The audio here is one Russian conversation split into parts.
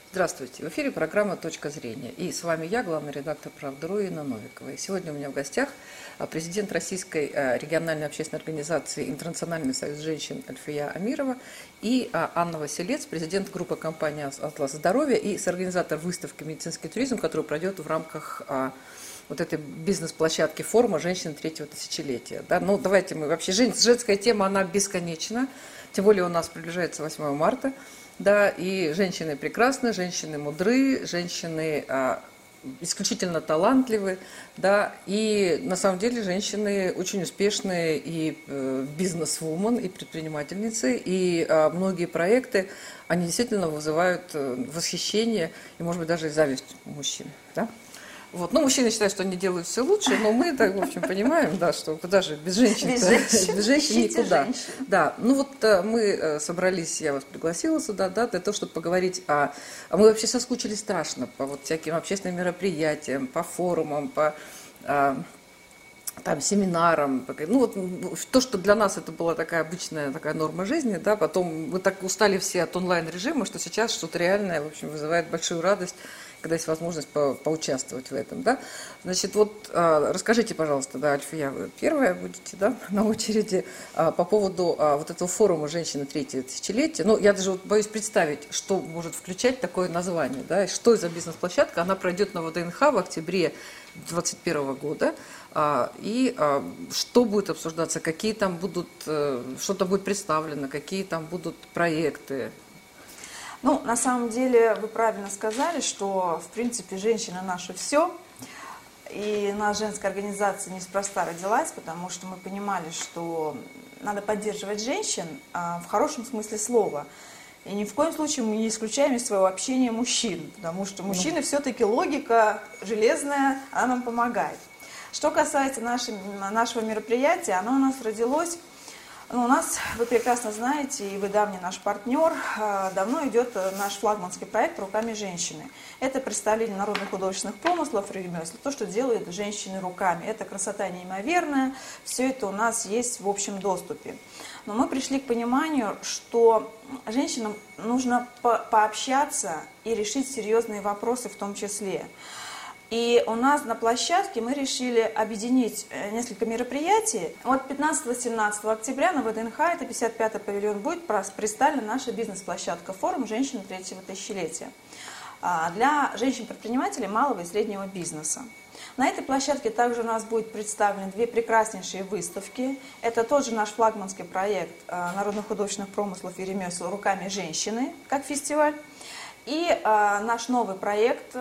Здравствуйте. В эфире программа «Точка зрения». И с вами я, главный редактор «Правды.ру» Инна Новикова. И сегодня у меня в гостях президент Российской региональной общественной организации «Интернациональный союз женщин» Альфия Амирова и Анна Василец, президент группы компании «Атлас здоровья» и соорганизатор выставки «Медицинский туризм», которая пройдет в рамках вот этой бизнес-площадки форума «Женщины третьего тысячелетия». Да? Ну, давайте мы вообще... Женская тема, она бесконечна. Тем более у нас приближается 8 марта. Да, и женщины прекрасны, женщины мудры, женщины исключительно талантливы, да, и на самом деле женщины очень успешные и бизнес-вумен, и предпринимательницы, и многие проекты, они действительно вызывают восхищение и, может быть, даже и зависть у мужчин, да. Вот. Ну, мужчины считают, что они делают все лучше, но мы так, в общем, понимаем, да, что куда же без женщин никуда. Женщин. Да, ну вот мы собрались, я вас пригласила сюда, да, для того, чтобы поговорить мы вообще соскучились страшно по вот всяким общественным мероприятиям, по форумам, по там, семинарам. Ну вот то, что для нас это была такая обычная такая норма жизни, да, потом мы так устали все от онлайн-режима, что сейчас что-то реальное, в общем, вызывает большую радость, когда есть возможность поучаствовать в этом, да. Значит, вот расскажите, пожалуйста, да, Альфия, вы первая будете, да, на очереди, по поводу вот этого форума «Женщины третьего тысячелетия». Ну, я даже вот боюсь представить, что может включать такое название, да, и что за бизнес-площадка. Она пройдет на ВДНХ в октябре 2021 года. И что будет обсуждаться, какие там будут, что-то будет представлено, какие там будут проекты. Ну, на самом деле, вы правильно сказали, что, в принципе, женщина наше все. И наша женская организация неспроста родилась, потому что мы понимали, что надо поддерживать женщин в хорошем смысле слова. И ни в коем случае мы не исключаем из своего общения мужчин, потому что мужчины все-таки логика железная, она нам помогает. Что касается нашего мероприятия, оно у нас родилось. У нас, вы прекрасно знаете, и вы давний наш партнер, давно идет наш флагманский проект «Руками женщины». Это представление народных художественных помыслов и ремесел, то, что делают женщины руками. Это красота неимоверная, все это у нас есть в общем доступе. Но мы пришли к пониманию, что женщинам нужно пообщаться и решить серьезные вопросы в том числе. И у нас на площадке мы решили объединить несколько мероприятий. Вот 15-17 октября на ВДНХ, это 55-й павильон, будет представлена наша бизнес-площадка «Форум женщин третьего тысячелетия» для женщин-предпринимателей малого и среднего бизнеса. На этой площадке также у нас будет представлены две прекраснейшие выставки. Это тот же наш флагманский проект народных художественных промыслов и ремесел «Руками женщины» как фестиваль. И наш новый проект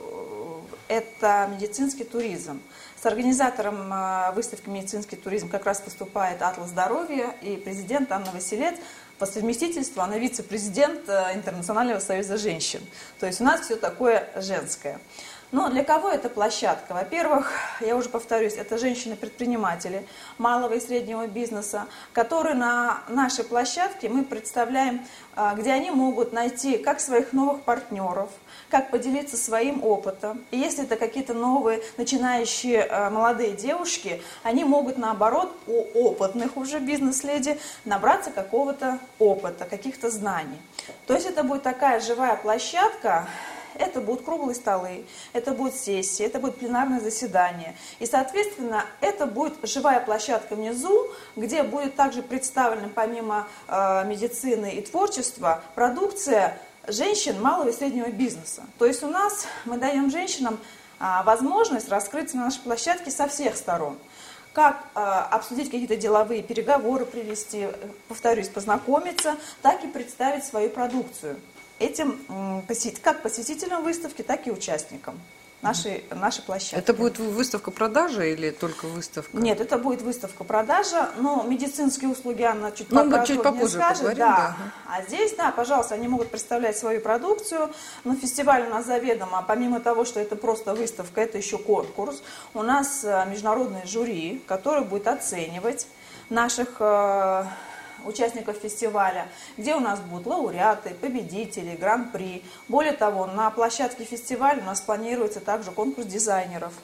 – это медицинский туризм. С организатором выставки «Медицинский туризм» как раз выступает «Атлас здоровья» и президент Анна Василец. По совместительству она вице-президент Интернационального союза женщин. То есть у нас все такое женское. Но для кого эта площадка? Во-первых, я уже повторюсь, это женщины-предприниматели малого и среднего бизнеса, которые на нашей площадке мы представляем, где они могут найти как своих новых партнеров, как поделиться своим опытом. И если это какие-то новые начинающие молодые девушки, они могут, наоборот, у опытных уже бизнес-леди набраться какого-то опыта, каких-то знаний. То есть это будет такая живая площадка. Это будут круглые столы, это будут сессии, это будет пленарное заседание. И, соответственно, это будет живая площадка внизу, где будет также представлена, помимо медицины и творчества, продукция женщин малого и среднего бизнеса. То есть у нас мы даем женщинам возможность раскрыться на нашей площадке со всех сторон. Как обсудить какие-то деловые переговоры, привести, повторюсь, познакомиться, так и представить свою продукцию. Этим как посетителям выставки, так и участникам нашей площадки. Это будет выставка-продажа или только выставка? Нет, это будет выставка-продажа, но медицинские услуги Анна чуть попозже скажет. Поговорим, да. А здесь, да, пожалуйста, они могут представлять свою продукцию, но фестиваль у нас заведомо, помимо того, что это просто выставка, это еще конкурс. У нас международное жюри, которое будет оценивать наших участников фестиваля, где у нас будут лауреаты, победители, гран-при. Более того, на площадке фестиваля у нас планируется также конкурс дизайнеров.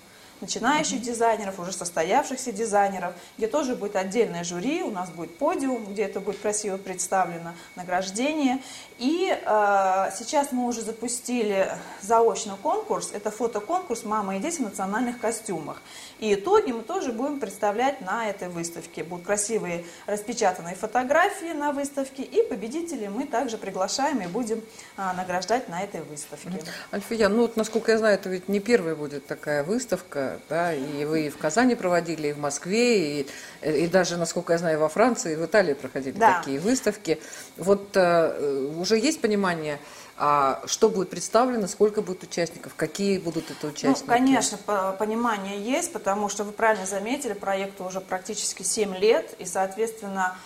начинающих дизайнеров, уже состоявшихся дизайнеров, где тоже будет отдельное жюри, у нас будет подиум, где это будет красиво представлено, награждение. И сейчас мы уже запустили заочно конкурс, это фотоконкурс «Мама и дети в национальных костюмах». И итоги мы тоже будем представлять на этой выставке. Будут красивые распечатанные фотографии на выставке, и победителей мы также приглашаем и будем награждать на этой выставке. Альфия, ну вот, насколько я знаю, это ведь не первая будет такая выставка, да, и вы и в Казани проводили, и в Москве, и даже, насколько я знаю, во Франции, и в Италии проходили такие выставки. Вот уже есть понимание, что будет представлено, сколько будет участников, какие будут это участники? Ну, конечно, понимание есть, потому что вы правильно заметили, проекту уже практически 7 лет, и, соответственно,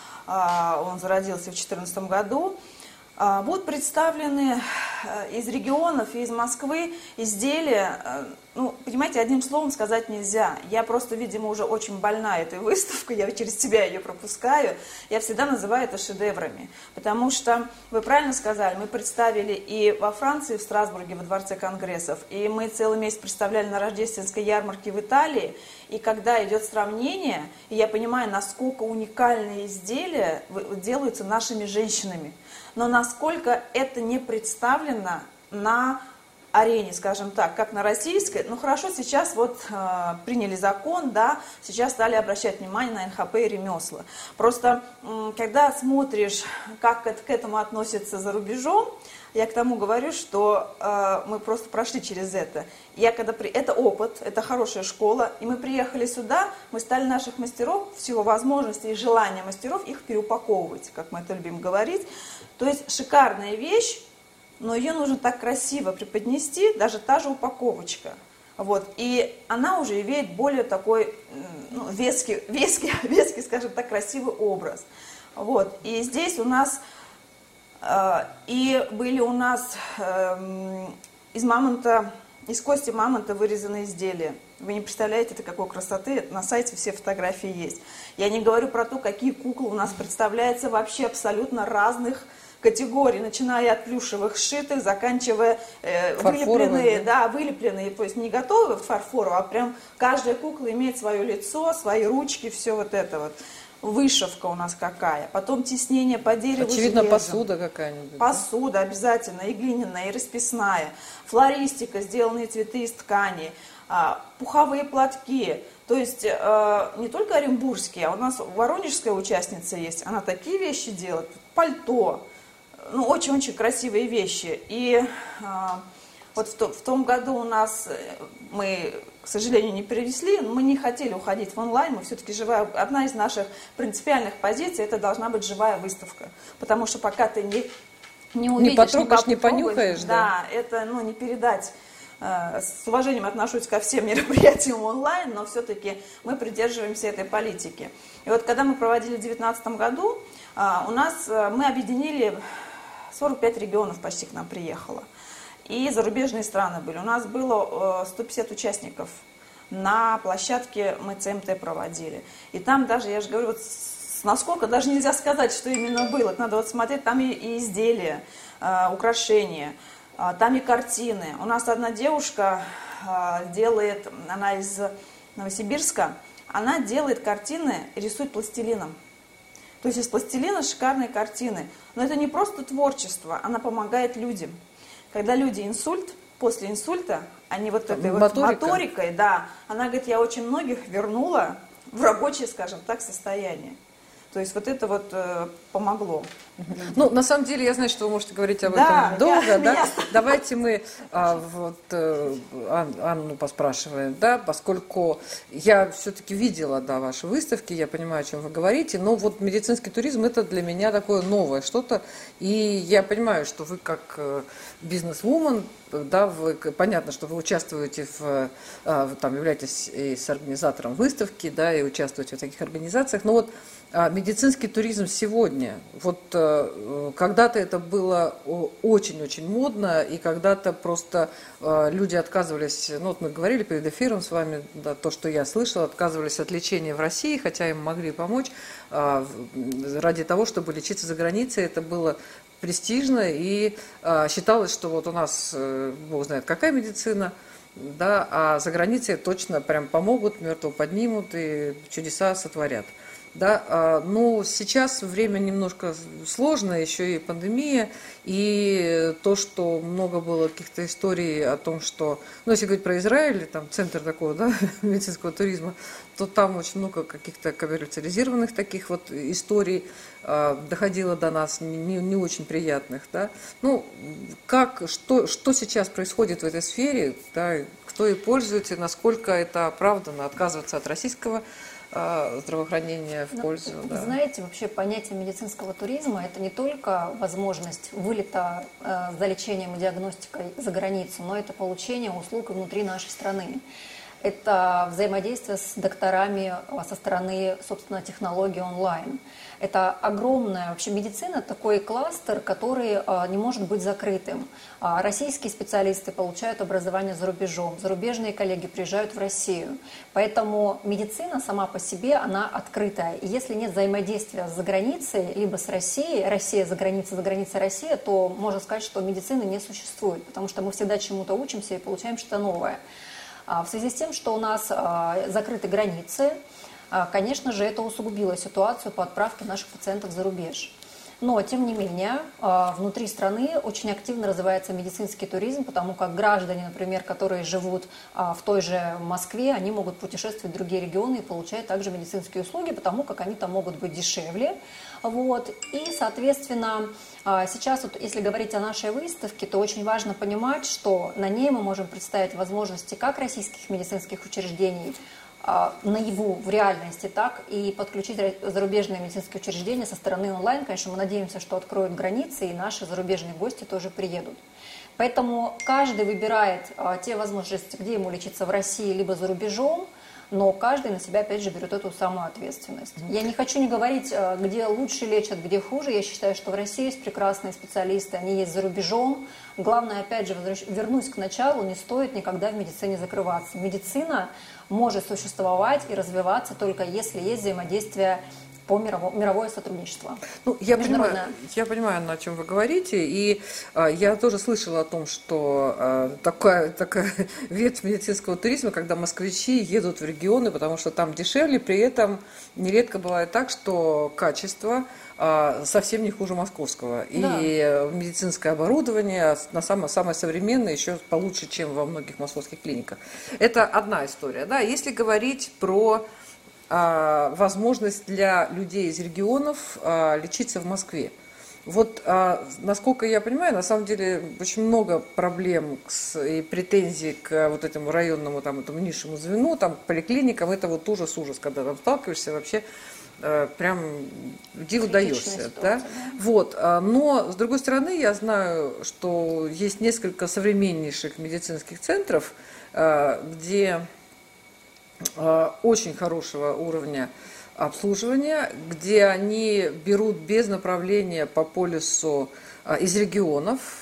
он зародился в 2014 году. Будут представлены из регионов и из Москвы изделия, ну, понимаете, одним словом сказать нельзя. Я просто, видимо, уже очень больна этой выставкой, я через себя ее пропускаю. Я всегда называю это шедеврами, потому что, вы правильно сказали, мы представили и во Франции, в Страсбурге, во Дворце конгрессов, и мы целый месяц представляли на рождественской ярмарке в Италии. И когда идет сравнение, и я понимаю, насколько уникальные изделия делаются нашими женщинами, но насколько это не представлено на арене, скажем так, как на российской. Ну хорошо, сейчас вот приняли закон, да, сейчас стали обращать внимание на НХП и ремесла. Просто когда смотришь, как к этому относятся за рубежом, я к тому говорю, что мы просто прошли через это. Это опыт, это хорошая школа, и мы приехали сюда, мы стали наших мастеров, в силу возможностей и желания мастеров, их переупаковывать, как мы это любим говорить. То есть шикарная вещь, но ее нужно так красиво преподнести, даже та же упаковочка. Вот. И она уже имеет более такой веский, скажем так, красивый образ. Вот. И здесь у нас, были у нас из кости мамонта вырезанные изделия. Вы не представляете, это какой красоты, на сайте все фотографии есть. Я не говорю про то, какие куклы у нас представляются вообще абсолютно разных категорий, начиная от плюшевых сшитых, заканчивая вылепленные, то есть не готовые в фарфору, а прям каждая кукла имеет свое лицо, свои ручки, все вот это вот. Вышивка у нас какая, потом тиснение по дереву. Очевидно, посуда какая-нибудь. Посуда обязательно, и глиняная, и расписная. Флористика, сделанные цветы из ткани, пуховые платки. То есть не только оренбургские, а у нас воронежская участница есть, она такие вещи делает, пальто. Ну, очень-очень красивые вещи. И вот в том году у нас мы, к сожалению, не перенесли, мы не хотели уходить в онлайн, мы все-таки одна из наших принципиальных позиций, это должна быть живая выставка. Потому что пока ты не увидишь, не потрогаешь, не понюхаешь, да, это не передать. С уважением отношусь ко всем мероприятиям онлайн, но все-таки мы придерживаемся этой политики. И вот когда мы проводили в 2019 году, мы объединили 45 регионов почти к нам приехало. И зарубежные страны были. У нас было 150 участников. На площадке мы ЦМТ проводили. И там даже, я же говорю, вот насколько даже нельзя сказать, что именно было. Надо вот смотреть, там и изделия, украшения, там и картины. У нас одна девушка делает, она из Новосибирска, она делает картины, рисует пластилином. То есть из пластилина шикарные картины. Но это не просто творчество, она помогает людям. Когда люди после инсульта, они вот этой моторикой, да, она говорит, я очень многих вернула в рабочее, скажем так, состояние. То есть вот это вот помогло. Ну, на самом деле, я знаю, что вы можете говорить об этом долго, да? Давайте мы Анну поспрашиваем, да, поскольку я все-таки видела, да, ваши выставки, я понимаю, о чем вы говорите, но вот медицинский туризм это для меня такое новое что-то, и я понимаю, что вы как бизнес-вумен, да, понятно, что вы участвуете там являетесь и с организатором выставки, да, и участвуете в таких организациях, но вот медицинский туризм сегодня, вот когда-то это было очень-очень модно, и когда-то просто люди отказывались, ну вот мы говорили перед эфиром с вами, да, то, что я слышала, отказывались от лечения в России, хотя им могли помочь, ради того, чтобы лечиться за границей, это было престижно, и считалось, что вот у нас, Бог знает, какая медицина, да, а за границей точно прям помогут, мертвого поднимут и чудеса сотворят. Да, но сейчас время немножко сложное, еще и пандемия, и то, что много было каких-то историй о том, что, ну, если говорить про Израиль, там центр такого, да, медицинского туризма, то там очень много каких-то коммерциализированных таких вот историй доходило до нас, не очень приятных, да. Ну, что сейчас происходит в этой сфере, да, кто ей пользуется, насколько это оправданно отказываться от российского здравоохранения в пользу. Вы Да. знаете, вообще понятие медицинского туризма – это не только возможность вылета за лечением и диагностикой за границу, но это получение услуг внутри нашей страны. Это взаимодействие с докторами со стороны, собственно, технологий онлайн. Это огромная вообще медицина, такой кластер, который не может быть закрытым. Российские специалисты получают образование за рубежом, зарубежные коллеги приезжают в Россию. Поэтому медицина сама по себе, она открытая. И если нет взаимодействия с границей, либо с Россией, Россия за границей Россия, то можно сказать, что медицины не существует, потому что мы всегда чему-то учимся и получаем что-то новое. В связи с тем, что у нас закрыты границы, конечно же, это усугубило ситуацию по отправке наших пациентов за рубеж. Но, тем не менее, внутри страны очень активно развивается медицинский туризм, потому как граждане, например, которые живут в той же Москве, они могут путешествовать в другие регионы и получать также медицинские услуги, потому как они там могут быть дешевле. Вот. И, соответственно, сейчас, вот, если говорить о нашей выставке, то очень важно понимать, что на ней мы можем представить возможности как российских медицинских учреждений, наяву, в реальности, так и подключить зарубежные медицинские учреждения со стороны онлайн. Конечно, мы надеемся, что откроют границы, и наши зарубежные гости тоже приедут. Поэтому каждый выбирает те возможности, где ему лечиться в России, либо за рубежом, но каждый на себя, опять же, берет эту самую ответственность. Я не хочу не говорить, где лучше лечат, где хуже. Я считаю, что в России есть прекрасные специалисты, они есть за рубежом. Главное, опять же, вернусь к началу, не стоит никогда в медицине закрываться. Медицина может существовать и развиваться только если есть взаимодействие по мировое сотрудничество. Ну, я понимаю, о чем вы говорите, и я тоже слышала о том, что такая ветвь медицинского туризма, когда москвичи едут в регионы, потому что там дешевле, при этом нередко бывает так, что качество совсем не хуже московского. Да. И медицинское оборудование самое современное, еще получше, чем во многих московских клиниках. Это одна история. Да? Если говорить про возможность для людей из регионов лечиться в Москве. Вот, насколько я понимаю, на самом деле очень много проблем и претензий к вот этому районному, там, этому низшему звену, там, к поликлиникам. Это вот ужас, когда там сталкиваешься, вообще прям диву даешься. Да? Вот. Но, с другой стороны, я знаю, что есть несколько современнейших медицинских центров, где очень хорошего уровня обслуживания, где они берут без направления по полису из регионов,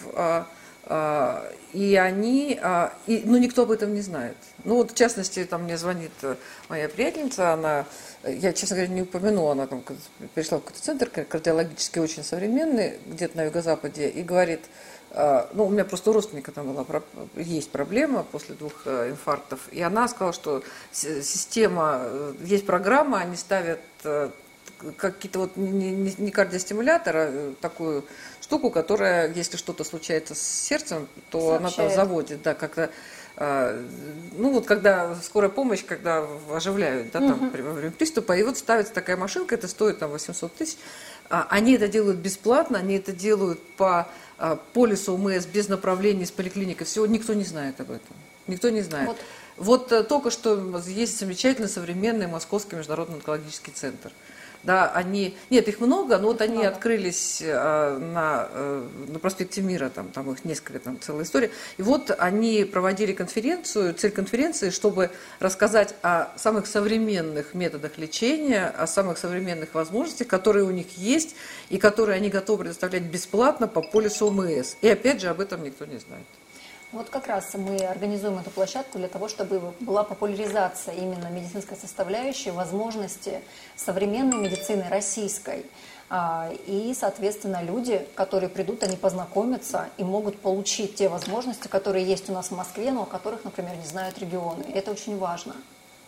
и они, ну, никто об этом не знает. Ну, вот, в частности, там мне звонит моя приятельница, я, честно говоря, не упомянула, она там пришла в какой-то центр кардиологический, очень современный, где-то на юго-западе, и говорит, ну, у меня просто у родственника там есть проблема после 2 инфарктов, и она сказала, что система, есть программа, они ставят какие-то вот не кардиостимулятор, а такую штуку, которая, если что-то случается с сердцем, то она там заводит, да, как-то, ну вот когда скорая помощь, когда оживляют, да, там, во время приступа, и вот ставится такая машинка, это стоит там 800 тысяч, они это делают бесплатно, они это делают по полису УМС без направления из поликлиники, всего, никто не знает об этом, никто не знает. Вот только что есть замечательный современный Московский международный онкологический центр. Да, нет, их много, но вот они открылись на проспекте Мира, там их несколько, там целая история. И вот они проводили конференцию, цель конференции, чтобы рассказать о самых современных методах лечения, о самых современных возможностях, которые у них есть и которые они готовы предоставлять бесплатно по полису ОМС. И опять же об этом никто не знает. Вот как раз мы организуем эту площадку для того, чтобы была популяризация именно медицинской составляющей, возможности современной медицины российской. И, соответственно, люди, которые придут, они познакомятся и могут получить те возможности, которые есть у нас в Москве, но о которых, например, не знают регионы. И это очень важно.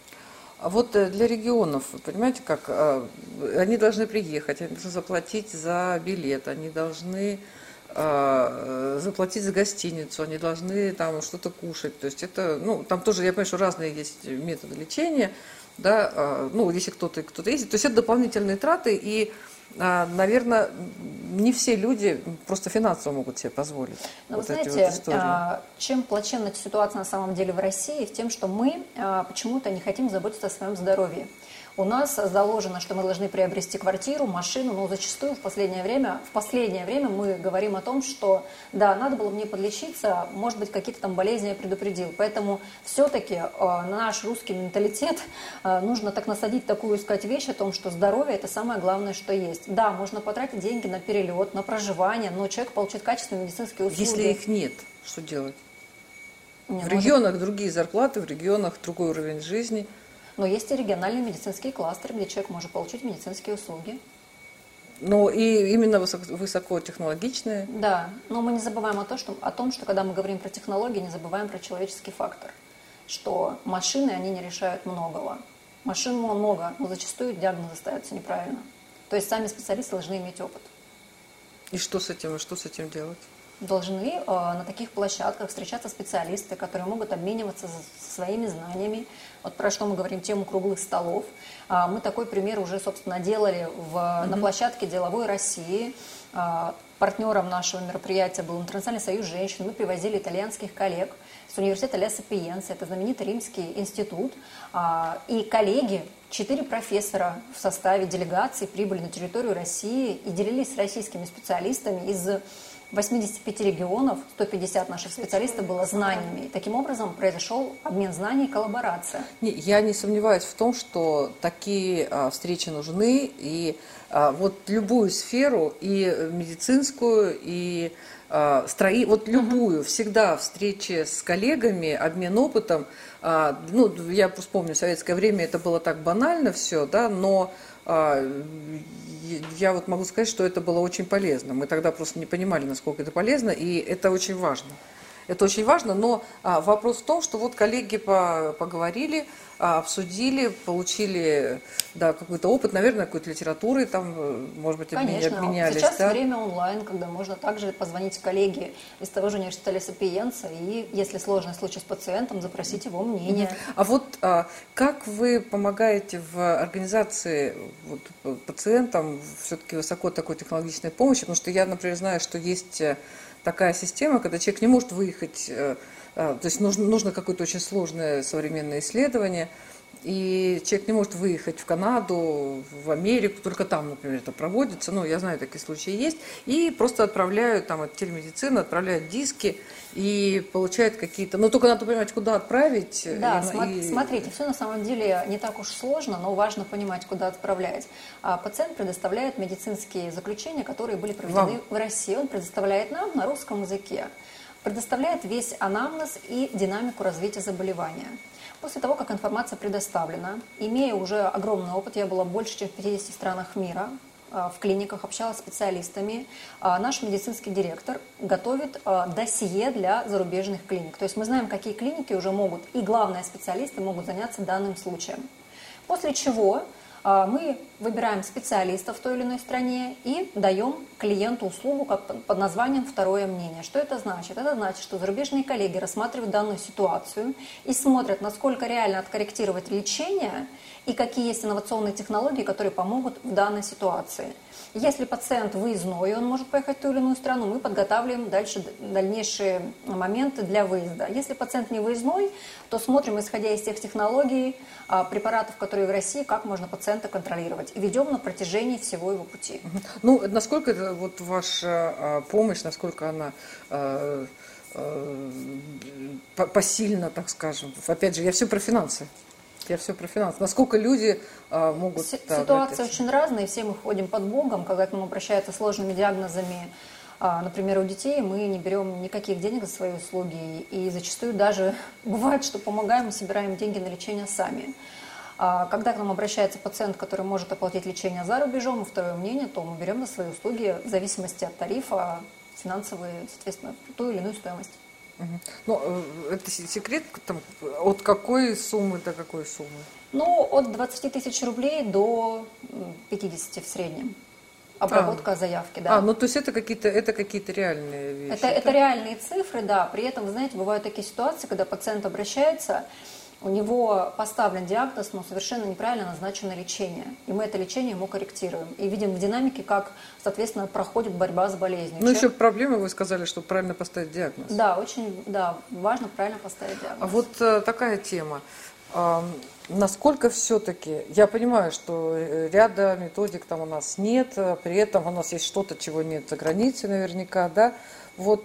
А вот для регионов, понимаете, как они должны приехать, они должны заплатить за билет, они должны заплатить за гостиницу, они должны там что-то кушать. То есть это, ну, там тоже, я понимаю, что разные есть методы лечения, да, ну, если кто-то ездит. То есть это дополнительные траты, и, наверное, не все люди просто финансово могут себе позволить. Но вот вы эти знаете, вот истории. чем плачевна ситуация на самом деле в России, в тем, что мы почему-то не хотим заботиться о своем здоровье. У нас заложено, что мы должны приобрести квартиру, машину, но зачастую в последнее время мы говорим о том, что да, надо было мне подлечиться, может быть, какие-то там болезни я предупредил. Поэтому все-таки на наш русский менталитет нужно так насадить такую, сказать, вещь о том, что здоровье – это самое главное, что есть. Да, можно потратить деньги на перелет, на проживание, но человек получит качественные медицинские услуги. Если их нет, что делать? Не, В регионах другие зарплаты, в регионах другой уровень жизни. Но есть и региональные медицинские кластеры, где человек может получить медицинские услуги. Но и именно высокотехнологичные. Да, но мы не забываем о том, что когда мы говорим про технологии, не забываем про человеческий фактор. Что машины, они не решают многого. Машин много, но зачастую диагнозы ставятся неправильно. То есть сами специалисты должны иметь опыт. И что с этим делать? Должны на таких площадках встречаться специалисты, которые могут обмениваться своими знаниями. Вот про что мы говорим, тему круглых столов. Мы такой пример уже, собственно, делали на площадке «Деловой России». Партнером нашего мероприятия был Интернациональный союз женщин. Мы привозили итальянских коллег с университета Ля Сапиенца, это знаменитый римский институт. И коллеги, 4 профессора в составе делегации прибыли на территорию России и делились с российскими специалистами из 85 регионов, 150 наших специалистов было знаниями. И таким образом произошел обмен знаний и коллаборация. Я не сомневаюсь в том, что такие встречи нужны. И вот любую сферу, и медицинскую, и вот любую, всегда встречи с коллегами, обмен опытом. Ну, я вспомню, в советское время это было так банально все, да, но я вот могу сказать, что это было очень полезно. Мы тогда просто не понимали, насколько это полезно, и это очень важно. Это очень важно, но вопрос в том, что вот коллеги поговорили, обсудили, получили, да, какой-то опыт, наверное, какой-то литературы там, может быть, обменялись. Сейчас да? время онлайн, когда можно также позвонить коллеге из того же университета Ля Сапиенца и, если сложный случай с пациентом, запросить его мнение. А вот как вы помогаете в организации вот, пациентам все-таки высоко такой технологичной помощи? Потому что я, например, знаю, что есть такая система, когда человек не может выехать, то есть нужно какое-то очень сложное современное исследование, и человек не может выехать в Канаду, в Америку, только там, например, это проводится, ну, я знаю, такие случаи есть, и просто отправляют, там, от телемедицины, отправляют диски, и получают какие-то, но только надо понимать, куда отправить. Да, смотрите, все на самом деле не так уж сложно, но важно понимать, куда отправлять. Пациент предоставляет медицинские заключения, которые были проведены в России, он предоставляет нам на русском языке, предоставляет весь анамнез и динамику развития заболевания. После того, как информация предоставлена, имея уже огромный опыт, я была больше, чем в 50 странах мира, в клиниках, общалась с специалистами, наш медицинский директор готовит досье для зарубежных клиник. То есть мы знаем, какие клиники уже могут, и главное, специалисты могут заняться данным случаем. После чего мы выбираем специалиста в той или иной стране и даем клиенту услугу под названием «второе мнение». Что это значит? Это значит, что зарубежные коллеги рассматривают данную ситуацию и смотрят, насколько реально откорректировать лечение и какие есть инновационные технологии, которые помогут в данной ситуации. Если пациент выездной, он может поехать в ту или иную страну, мы подготавливаем дальнейшие моменты для выезда. Если пациент не выездной, то смотрим, исходя из тех технологий, препаратов, которые в России, как можно пациента контролировать. И ведем на протяжении всего его пути. Ну, насколько это вот ваша помощь, насколько она посильна, так скажем. Опять же, я все про финансы. Насколько люди могут... Ситуация очень разная, и все мы ходим под Богом, когда к нам обращаются с сложными диагнозами. Например, у детей мы не берем никаких денег за свои услуги, и зачастую даже бывает, что помогаем и собираем деньги на лечение сами. Когда к нам обращается пациент, который может оплатить лечение за рубежом, и второе мнение, то мы берем на свои услуги в зависимости от тарифа финансовые, соответственно, ту или иную стоимость. Ну, это секрет, там, от какой суммы до какой суммы? Ну, от 20 тысяч рублей до 50 в среднем. Обработка заявки, да. Ну то есть это какие-то реальные вещи? Это реальные цифры, да. При этом, вы знаете, бывают такие ситуации, когда пациент обращается, у него поставлен диагноз, но совершенно неправильно назначено лечение. И мы это лечение ему корректируем. И видим в динамике, как, соответственно, проходит борьба с болезнью. Ну, еще проблема, вы сказали, что правильно поставить диагноз. Да, очень важно правильно поставить диагноз. А вот такая тема. Насколько все-таки, я понимаю, что ряда методик там у нас нет, при этом у нас есть что-то, чего нет за границей наверняка, да, вот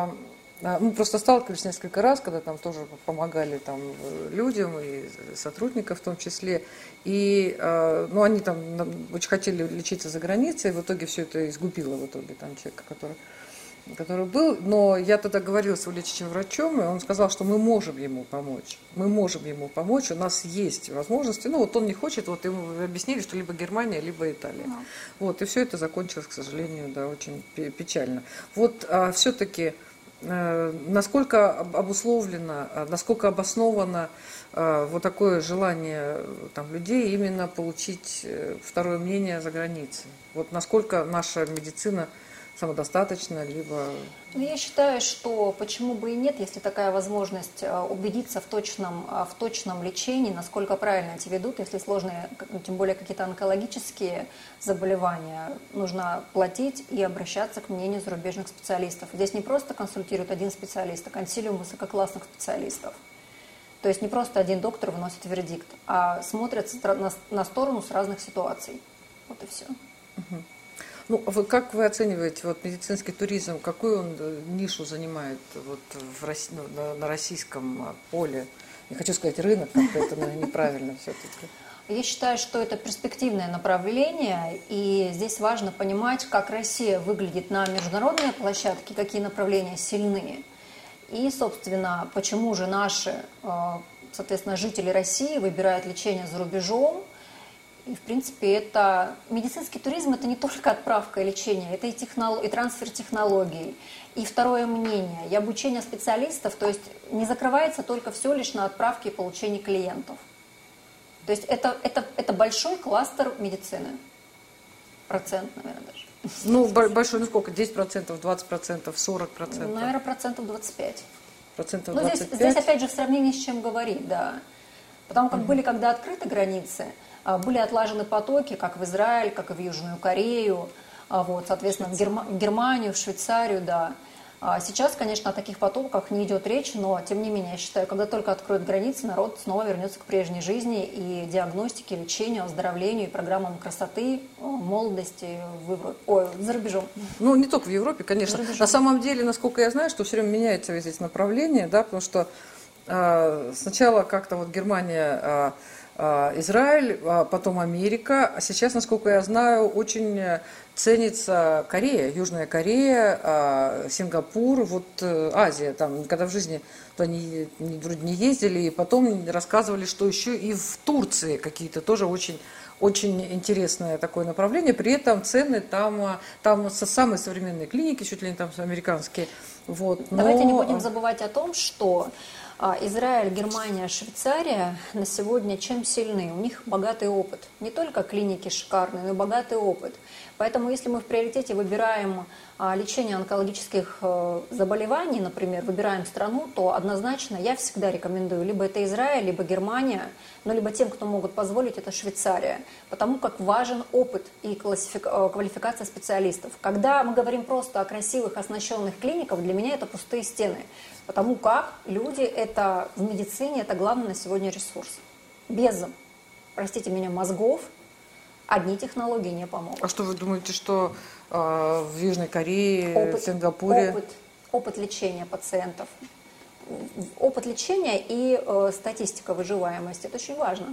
мы просто сталкивались несколько раз, когда там тоже помогали там людям и сотрудникам в том числе, и ну, они там очень хотели лечиться за границей, в итоге все это изгубило в итоге там человека, который был, но я тогда говорила с его лечащим врачом, и он сказал, что мы можем ему помочь. Мы можем ему помочь, у нас есть возможности. Ну, вот он не хочет, вот ему объяснили, что либо Германия, либо Италия. Вот, и все это закончилось, к сожалению, да, очень печально. Вот все-таки насколько обусловлено, насколько обосновано вот такое желание там, людей именно получить второе мнение за границей? Вот насколько наша медицина самодостаточно, либо... Я считаю, что почему бы и нет, если такая возможность убедиться в точном лечении, насколько правильно эти ведут, если сложные, тем более какие-то онкологические заболевания, нужно платить и обращаться к мнению зарубежных специалистов. Здесь не просто консультирует один специалист, а консилиум высококлассных специалистов. То есть не просто один доктор выносит вердикт, а смотрят на сторону с разных ситуаций. Вот и все. Ну, как вы оцениваете вот, медицинский туризм, какую он нишу занимает вот, на российском поле? Не хочу сказать рынок, как-то это неправильно все-таки. Я считаю, что это перспективное направление, и здесь важно понимать, как Россия выглядит на международной площадке, какие направления сильны. И, собственно, почему же наши, соответственно, жители России выбирают лечение за рубежом. И, в принципе, это медицинский туризм – это не только отправка и лечение, это и трансфер технологий, и второе мнение, и обучение специалистов, то есть не закрывается только все лишь на отправке и получении клиентов. То есть это большой кластер медицины, процент, наверное, даже. Ну, большой, ну сколько, 10%, 20%, 40%? Наверное, процентов 25%. Процентов 25%? Ну, здесь опять же в сравнении с чем говорить, да. Потому как были, когда открыты границы, были отлажены потоки, как в Израиль, как и в Южную Корею, вот, соответственно, в Германию, в Швейцарию, да. Сейчас, конечно, о таких потоках не идет речь, но, тем не менее, я считаю, когда только откроют границы, народ снова вернется к прежней жизни и диагностике, лечению, оздоровлению, и программам красоты, молодости за рубежом. Ну, не только в Европе, конечно. На самом деле, насколько я знаю, что все время меняется весь эти направления, да, потому что сначала как-то вот Германия... Израиль, потом Америка, а сейчас, насколько я знаю, очень ценится Корея, Южная Корея, Сингапур, вот Азия, там, когда в жизни туда вроде не ездили, и потом рассказывали, что еще и в Турции какие-то тоже очень интересное такое направление, при этом цены там самые современные клиники, чуть ли не там американские. Вот, Давайте не будем забывать о том, что Израиль, Германия, Швейцария на сегодня чем сильны? У них богатый опыт. Не только клиники шикарные, но и богатый опыт. Поэтому если мы в приоритете выбираем лечение онкологических заболеваний, например, выбираем страну, то однозначно я всегда рекомендую либо это Израиль, либо Германия, но либо тем, кто могут позволить, это Швейцария. Потому как важен опыт и квалификация специалистов. Когда мы говорим просто о красивых, оснащенных клиниках, для меня это пустые стены. Потому как люди это в медицине, это главный на сегодня ресурс. Без, простите меня, мозгов одни технологии не помогут. А что вы думаете, что в Южной Корее, в Сингапуре? Опыт лечения пациентов. Опыт лечения и статистика выживаемости. Это очень важно.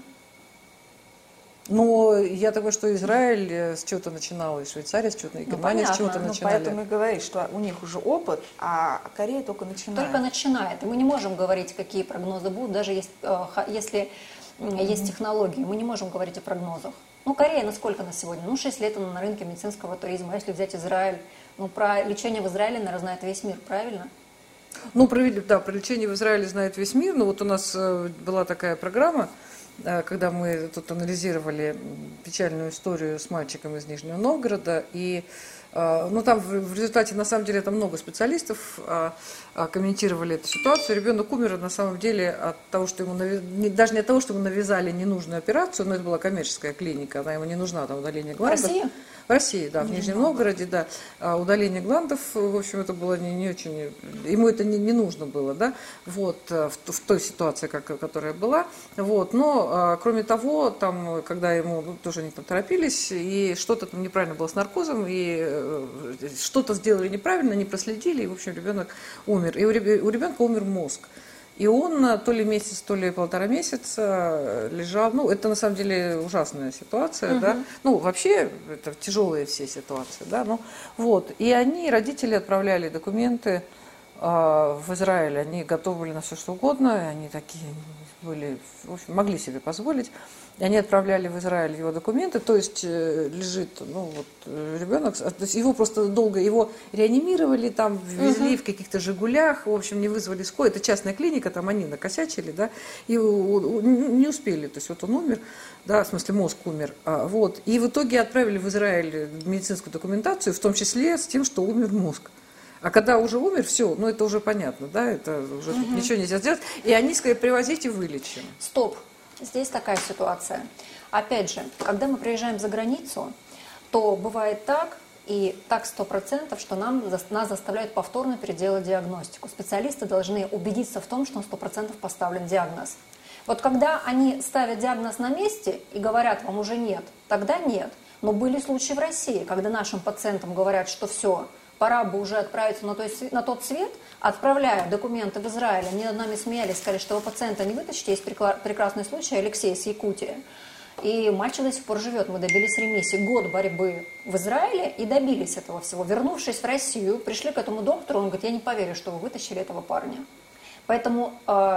Но я думаю, что Израиль с чего-то начинал, и Швейцария с чего-то, и Германия с чего-то начинали. Поэтому и говорит, что у них уже опыт, а Корея только начинает. Только начинает. И мы не можем говорить, какие прогнозы будут, даже если есть технологии, мы не можем говорить о прогнозах. Ну, Корея, насколько на сегодня? Ну, 6 лет она на рынке медицинского туризма. А если взять Израиль, ну, про лечение в Израиле, наверное, знает весь мир, правильно? Ну, про лечение в Израиле знает весь мир. Но вот у нас была такая программа, когда мы тут анализировали печальную историю с мальчиком из Нижнего Новгорода, и ну, там в результате, на самом деле, это много специалистов комментировали эту ситуацию. Ребенок умер, на самом деле, от того, что ему даже не от того, что ему навязали ненужную операцию, но это была коммерческая клиника, она ему не нужна, там, удаление гландов. В России? В России, да, в Нижнем Новгороде, да. Удаление гландов, в общем, это было не очень, ему это не нужно было, да, вот, в той ситуации, которая была, вот, но, кроме того, там, когда ему, ну, тоже они там торопились, и что-то там неправильно было с наркозом, и что-то сделали неправильно, не проследили, и, в общем, ребенок умер. И у ребенка умер мозг. И он то ли месяц, то ли 1,5 месяца лежал. Ну, это на самом деле ужасная ситуация, да. Ну, вообще, это тяжелые все ситуации, да. Ну, вот. И родители отправляли документы в Израиль. Они готовы были на все, что угодно. И они такие были, в общем, могли себе позволить. И они отправляли в Израиль его документы, то есть лежит, ну, вот, ребенок, то есть его просто долго, его реанимировали, там, везли в каких-то «Жигулях», в общем, не вызвали скорую, это частная клиника, там они накосячили, да, и не успели, то есть вот он умер, да, в смысле мозг умер, вот, и в итоге отправили в Израиль медицинскую документацию, в том числе с тем, что умер мозг. А когда уже умер, все, ну, это уже понятно, да, это уже ничего нельзя сделать, и они сказали, привозите, вылечим. Стоп. Здесь такая ситуация. Опять же, когда мы приезжаем за границу, то бывает так, и так 100%, что нас заставляют повторно переделать диагностику. Специалисты должны убедиться в том, что на 100% поставлен диагноз. Вот когда они ставят диагноз на месте и говорят, вам уже нет, тогда нет. Но были случаи в России, когда нашим пациентам говорят, что все, пора бы уже отправиться на тот свет, отправляя документы в Израиль. Они над нами смеялись, сказали, что вы пациента не вытащите. Есть прекрасный случай, Алексей из Якутии. И мальчик до сих пор живет. Мы добились ремиссии. Год борьбы в Израиле и добились этого всего. Вернувшись в Россию, пришли к этому доктору, он говорит, я не поверю, что вы вытащили этого парня. Поэтому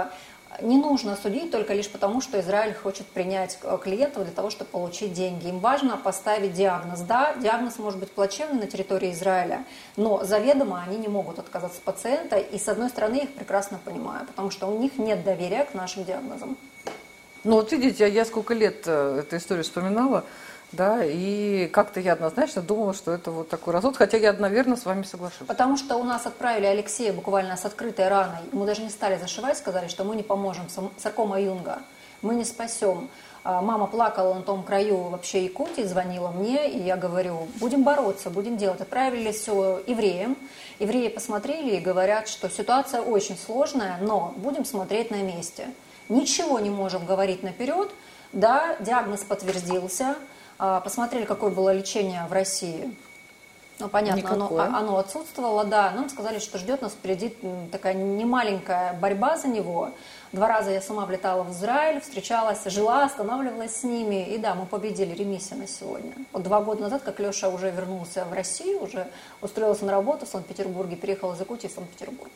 не нужно судить только лишь потому, что Израиль хочет принять клиентов для того, чтобы получить деньги. Им важно поставить диагноз. Да, диагноз может быть плачевный на территории Израиля, но заведомо они не могут отказаться от пациента. И с одной стороны, я их прекрасно понимаю, потому что у них нет доверия к нашим диагнозам. Ну вот видите, я сколько лет эту историю вспоминала, да, и как-то я однозначно думала, что это вот такой развод, хотя я, наверное, с вами соглашусь. Потому что у нас отправили Алексея буквально с открытой раной, мы даже не стали зашивать, сказали, что мы не поможем, саркома Юнга, мы не спасем. Мама плакала на том краю вообще Якутии, звонила мне, и я говорю, будем бороться, будем делать. Отправили все евреям, евреи посмотрели и говорят, что ситуация очень сложная, но будем смотреть на месте. Ничего не можем говорить наперед, да, диагноз подтвердился. Посмотрели, какое было лечение в России. Ну, понятно, оно отсутствовало, да. Нам сказали, что ждет нас впереди такая немаленькая борьба за него. 2 раза я сама влетала в Израиль, встречалась, жила, останавливалась с ними. И да, мы победили, ремиссия на сегодня. Вот 2 года назад, как Леша уже вернулся в Россию, уже устроился на работу в Санкт-Петербурге, переехал из Якутии в Санкт-Петербург.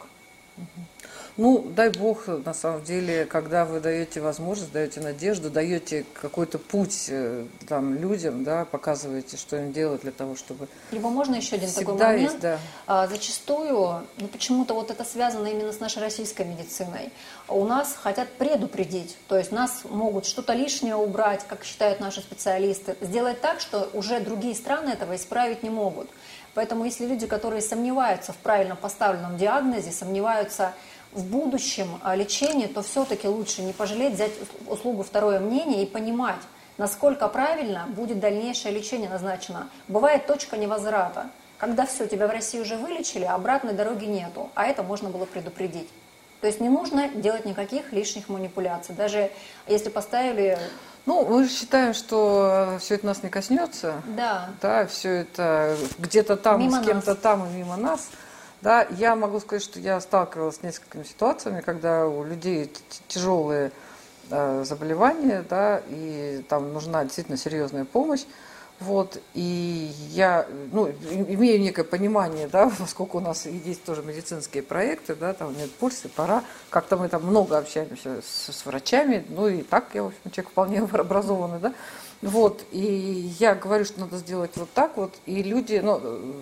Ну, дай бог, на самом деле, когда вы даете возможность, даете надежду, даете какой-то путь там, людям, да, показываете, что им делать для того, чтобы... Либо можно еще один такой Всегда момент. есть, да. Зачастую, ну, почему-то вот это связано именно с нашей российской медициной. У нас хотят предупредить, то есть нас могут что-то лишнее убрать, как считают наши специалисты, сделать так, что уже другие страны этого исправить не могут. Поэтому если люди, которые сомневаются в правильно поставленном диагнозе, сомневаются в будущем лечении, то все-таки лучше не пожалеть, взять услугу «Второе мнение» и понимать, насколько правильно будет дальнейшее лечение назначено. Бывает точка невозврата, когда все, тебя в России уже вылечили, а обратной дороги нету, а это можно было предупредить. То есть не нужно делать никаких лишних манипуляций, даже если поставили... Ну, мы считаем, что все это нас не коснется. Да. Да, все это где-то там, Мимо с кем-то нас. там и мимо нас. Да, я могу сказать, что я сталкивалась с несколькими ситуациями, когда у людей тяжелые заболевания, да, и там нужна действительно серьезная помощь. Вот, и я, ну, имею некое понимание, да, поскольку у нас есть тоже медицинские проекты, да, там нет пульса, пора, как-то мы там много общаемся с врачами, ну и так я, в общем, человек вполне образованный, да, вот, и я говорю, что надо сделать вот так вот, и люди, ну,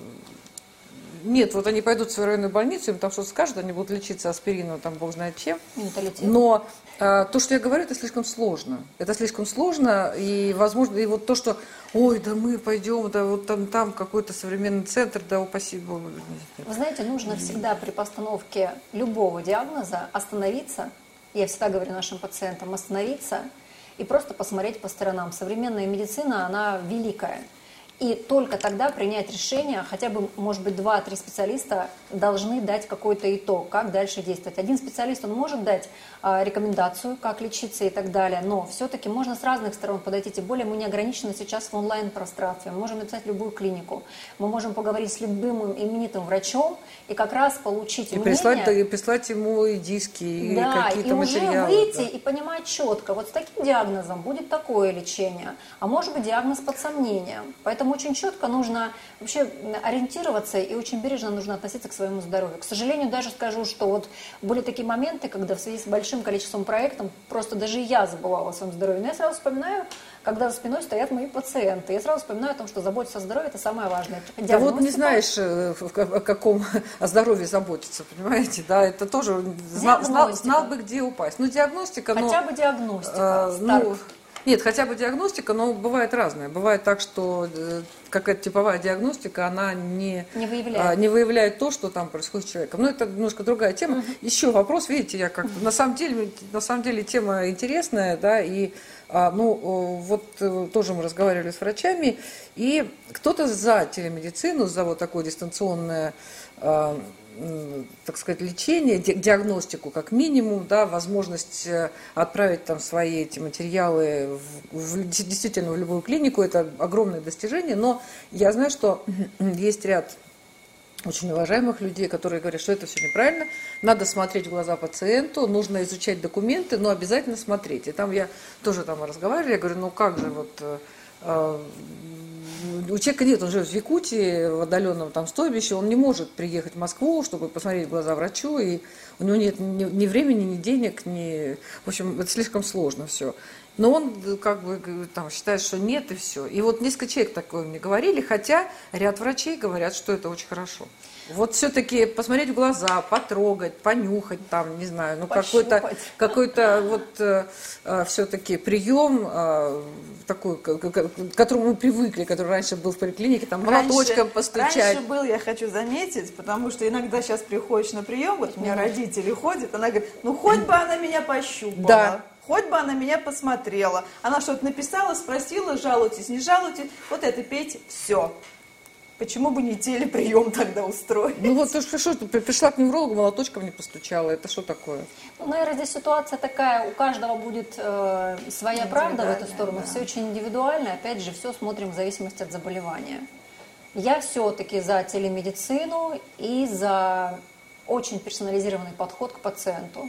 нет, вот они пойдут в свою районную больницу, им там что-то скажут, они будут лечиться аспирином, там бог знает чем. Менталитет. Но то, что я говорю, это слишком сложно. Это слишком сложно, и, возможно, и вот то, что, ой, да мы пойдем, да вот там какой-то современный центр, да упаси Бог. Вы знаете, нужно всегда при постановке любого диагноза остановиться, я всегда говорю нашим пациентам, остановиться и просто посмотреть по сторонам. Современная медицина, она великая. И только тогда принять решение, хотя бы, может быть, 2-3 специалиста должны дать какой-то итог, как дальше действовать. Один специалист, он может дать рекомендацию, как лечиться и так далее, но все-таки можно с разных сторон подойти, тем более мы не ограничены сейчас в онлайн-пространстве, мы можем написать любую клинику, мы можем поговорить с любым именитым врачом и как раз получить мнение. И прислать ему и диски, и да, какие-то и уже материалы. выйти Да. и понимать четко, вот с таким диагнозом будет такое лечение, а может быть диагноз под сомнением. Поэтому очень четко нужно вообще ориентироваться и очень бережно нужно относиться к своему здоровью. К сожалению, даже скажу, что вот были такие моменты, когда в связи с большим количеством проектов просто даже я забывала о своем здоровье. Но я сразу вспоминаю, когда за спиной стоят мои пациенты. Я сразу вспоминаю о том, что заботиться о здоровье – это самое важное. Да вот не знаешь, о каком о здоровье заботиться, понимаете, да, это тоже знал бы, где упасть. Ну, диагностика… Хотя бы диагностика, старт. Нет, хотя бы диагностика, но бывает разное. Бывает так, что какая-то типовая диагностика, она не выявляет то, что там происходит с человеком. Но это немножко другая тема. Еще вопрос, видите, я как-то… На самом деле тема интересная, да, и вот тоже мы разговаривали с врачами, и кто-то за телемедицину, за вот такое дистанционное, так сказать, лечение, диагностику как минимум, да, возможность отправить там свои эти материалы действительно в любую клинику, это огромное достижение, но я знаю, что есть ряд очень уважаемых людей, которые говорят, что это все неправильно, надо смотреть в глаза пациенту, нужно изучать документы, но обязательно смотреть. И там я тоже там разговаривала, я говорю, ну как же вот… У человека нет, он живет в Якутии, в отдаленном там стойбище, он не может приехать в Москву, чтобы посмотреть в глаза врачу, и у него нет ни времени, ни денег, в общем, это слишком сложно все. Но он как бы там считает, что нет, и все. И вот несколько человек такое мне говорили, хотя ряд врачей говорят, что это очень хорошо. Вот все-таки посмотреть в глаза, потрогать, понюхать там, не знаю, ну какой-то вот все-таки прием такой, к которому мы привыкли, который раньше был в поликлинике, там молоточком постучать. Раньше был, я хочу заметить, потому что иногда сейчас приходишь на прием, вот у меня родители ходят, она говорит, ну хоть бы она меня пощупала. Да. Хоть бы она меня посмотрела. Она что-то написала, спросила, жалуйтесь, не жалуйтесь. Вот это пейте, все. Почему бы не телеприем тогда устроить? Ну вот ты что, пришла к неврологу, молоточком не постучала. Это что такое? Ну, наверное, здесь ситуация такая, у каждого будет своя правда в эту сторону. Да. Все очень индивидуально. Опять же, все смотрим в зависимости от заболевания. Я все-таки за телемедицину и за очень персонализированный подход к пациенту.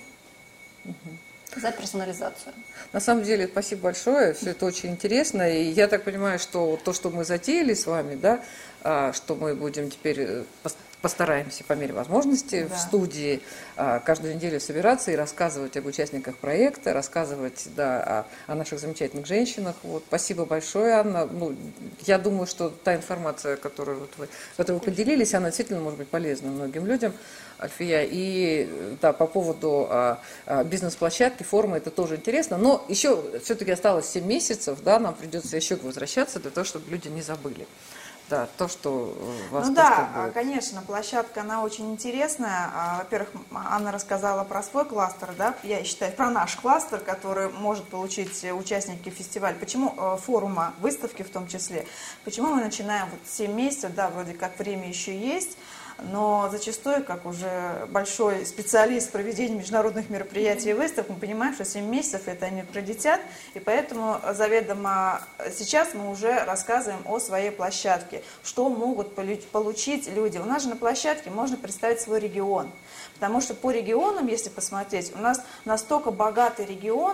За персонализацию. На самом деле, спасибо большое, все это очень интересно. И я так понимаю, что то, что мы затеяли с вами, да, что мы будем теперь постараемся по мере возможности в студии каждую неделю собираться и рассказывать об участниках проекта, рассказывать о наших замечательных женщинах. Вот, спасибо большое, Анна. Ну, я думаю, что та информация, которую вы поделились, она действительно может быть полезна многим людям, Альфия. И да, по поводу бизнес-площадки, форума, это тоже интересно. Но еще все-таки осталось 7 месяцев, да, нам придется еще возвращаться для того, чтобы люди не забыли. Да, то, что вас будет. Конечно, площадка, она очень интересная. Во-первых, Анна рассказала про свой кластер, да, я считаю, про наш кластер, который может получить участники фестиваля. Почему форума, выставки в том числе? Почему мы начинаем вот 7 месяцев, да, вроде как время еще есть, но зачастую, как уже большой специалист в проведении международных мероприятий и выставок, мы понимаем, что 7 месяцев это не пролетят, и поэтому заведомо сейчас мы уже рассказываем о своей площадке, что могут получить люди. У нас же на площадке можно представить свой регион, потому что по регионам, если посмотреть, у нас настолько богатые регионы,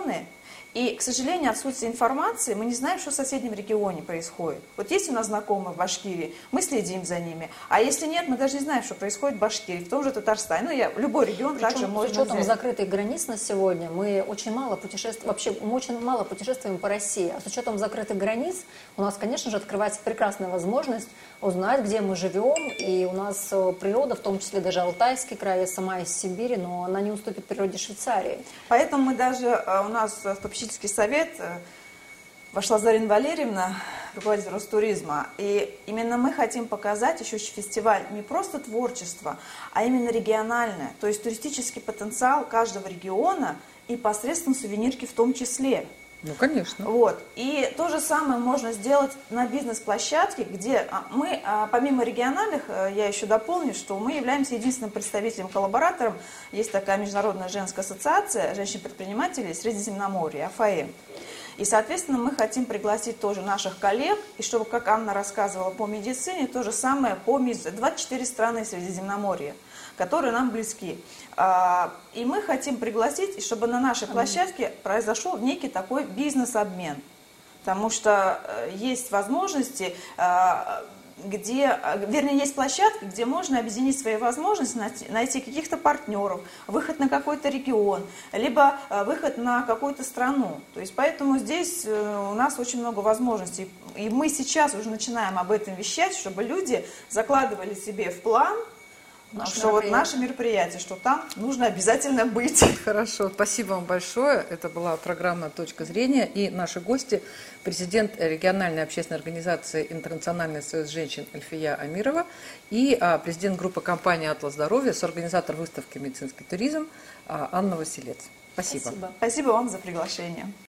И, к сожалению, отсутствие информации, мы не знаем, что в соседнем регионе происходит. Вот есть у нас знакомые в Башкирии, мы следим за ними. А если нет, мы даже не знаем, что происходит в Башкирии, в том же Татарстане. Ну, любой регион Причем, также можно с учетом взять. закрытых границ на сегодня, мы очень мало путешествуем по России. А с учетом закрытых границ у нас, конечно же, открывается прекрасная возможность узнать, где мы живем. И у нас природа, в том числе даже Алтайский край, я сама из Сибири, но она не уступит природе Швейцарии. Поэтому мы даже, у нас в попечительский совет вошла Зарина Валерьевна, руководитель Ростуризма, и именно мы хотим показать еще фестиваль не просто творчество, а именно региональное, то есть туристический потенциал каждого региона и посредством сувенирки в том числе. Ну, конечно. Вот. И то же самое можно сделать на бизнес-площадке, где мы, помимо региональных, я еще дополню, что мы являемся единственным представителем-коллаборатором. Есть такая Международная женская ассоциация женщин-предпринимателей Средиземноморья, АФАЭМ. И, соответственно, мы хотим пригласить тоже наших коллег, и чтобы, как Анна рассказывала по медицине, то же самое по 24 страны Средиземноморья, которые нам близки. И мы хотим пригласить, чтобы на нашей площадке произошел некий такой бизнес-обмен. Потому что есть возможности, есть площадки, где можно объединить свои возможности, найти каких-то партнеров, выход на какой-то регион, либо выход на какую-то страну. То есть поэтому здесь у нас очень много возможностей. И мы сейчас уже начинаем об этом вещать, чтобы люди закладывали себе в план, что вот наше мероприятие, что там нужно обязательно быть. Хорошо, спасибо вам большое. Это была программа «Точка зрения». И наши гости, президент региональной общественной организации «Интернациональный союз женщин» Альфия Амирова и президент группы компании «Атлас здоровья», соорганизатор выставки «Медицинский туризм» Анна Василец. Спасибо. Спасибо вам за приглашение.